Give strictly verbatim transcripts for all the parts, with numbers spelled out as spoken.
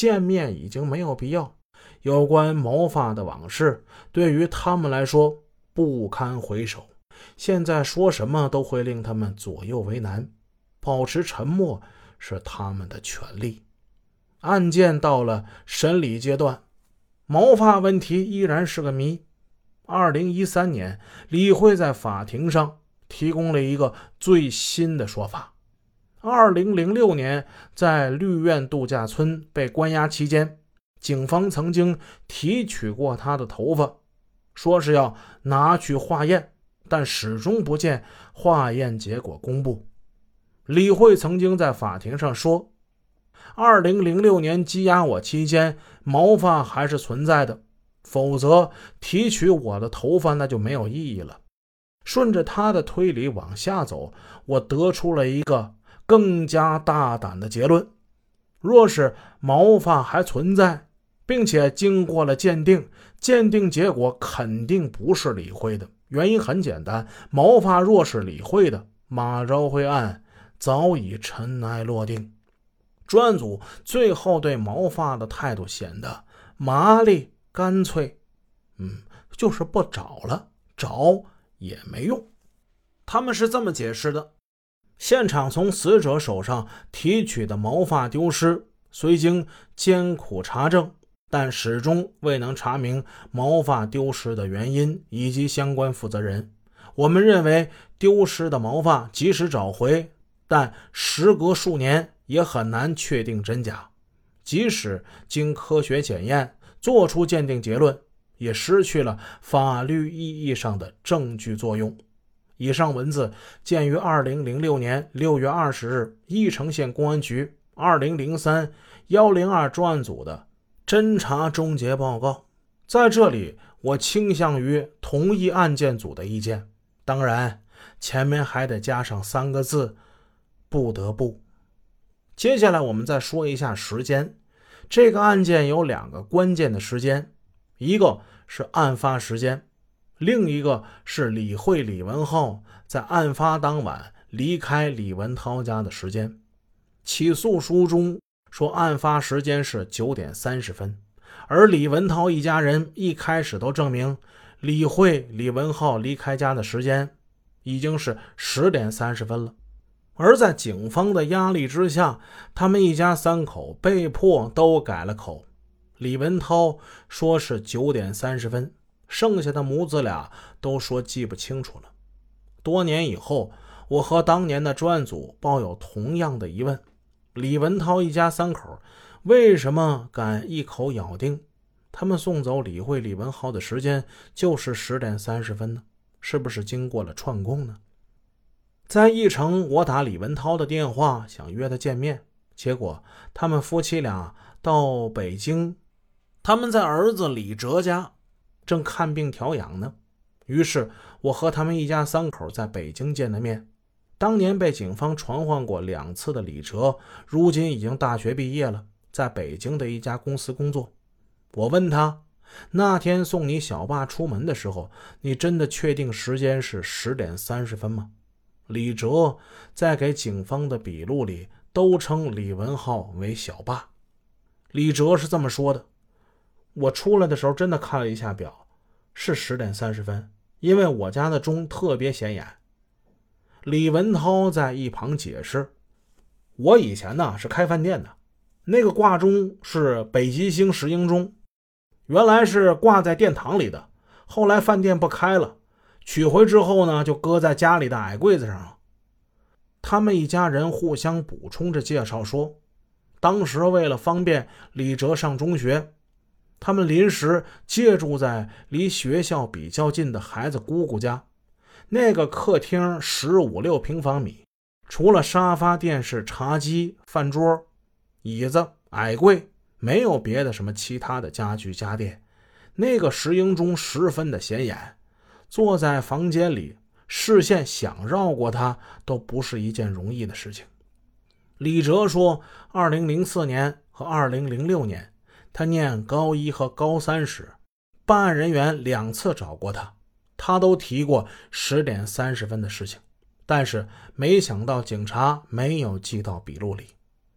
见面已经没有必要。有关毛发的往事，对于他们来说不堪回首，现在说什么都会令他们左右为难，保持沉默是他们的权利。案件到了审理阶段，毛发问题依然是个谜。二零一三年，李慧在法庭上提供了一个最新的说法。二零零六年，在绿苑度假村被关押期间，警方曾经提取过他的头发，说是要拿去化验，但始终不见化验结果公布。李慧曾经在法庭上说，二零零六年羁押我期间，毛发还是存在的，否则提取我的头发那就没有意义了。顺着他的推理往下走，我得出了一个更加大胆的结论。若是毛发还存在，并且经过了鉴定，鉴定结果肯定不是李慧的。原因很简单，毛发若是李慧的，马昭辉案早已尘埃落定。专案组最后对毛发的态度显得麻利干脆，嗯，就是不找了，找也没用。他们是这么解释的：现场从死者手上提取的毛发丢失，虽经艰苦查证，但始终未能查明毛发丢失的原因以及相关负责人。我们认为丢失的毛发即使找回，但时隔数年也很难确定真假，即使经科学检验做出鉴定结论，也失去了法律意义上的证据作用。以上文字见于二零零六年六月二十日义城县公安局二零零三一零二专案组的侦查终结报告。在这里，我倾向于同意案件组的意见，当然前面还得加上三个字：不得不。接下来我们再说一下时间。这个案件有两个关键的时间，一个是案发时间，另一个是李慧、李文浩在案发当晚离开李文涛家的时间。起诉书中说案发时间是九点三十分，而李文涛一家人一开始都证明李慧、李文浩离开家的时间已经是十点三十分了。而在警方的压力之下，他们一家三口被迫都改了口。李文涛说是九点三十分，剩下的母子俩都说记不清楚了。多年以后，我和当年的专案组抱有同样的疑问：李文涛一家三口为什么敢一口咬定他们送走李慧、李文浩的时间就是十点三十分呢？是不是经过了串供呢？在义城，我打李文涛的电话想约他见面，结果他们夫妻俩到北京，他们在儿子李哲家正看病调养呢。于是我和他们一家三口在北京见了面。当年被警方传唤过两次的李哲，如今已经大学毕业了，在北京的一家公司工作。我问他，那天送你小爸出门的时候，你真的确定时间是十点三十分吗？李哲在给警方的笔录里都称李文浩为小爸。李哲是这么说的：我出来的时候真的看了一下表，是十点三十分，因为我家的钟特别显眼。李文涛在一旁解释：我以前呢是开饭店的，那个挂钟是北极星石英钟，原来是挂在殿堂里的，后来饭店不开了，取回之后呢就搁在家里的矮柜子上了。他们一家人互相补充着介绍说，当时为了方便李哲上中学，他们临时借住在离学校比较近的孩子姑姑家。那个客厅十五六平方米，除了沙发、电视、茶几、饭桌、椅子、矮柜，没有别的什么其他的家具家电。那个石英钟十分的显眼，坐在房间里，视线想绕过它都不是一件容易的事情。李哲说，二零零四年和二零零六年，他念高一和高三时，办案人员两次找过他，他都提过十点三十分的事情，但是没想到警察没有记到笔录里。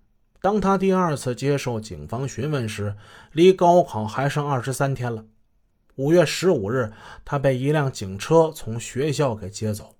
当他第二次接受警方询问时，离高考还剩二十三天了。五月十五日，他被一辆警车从学校给接走。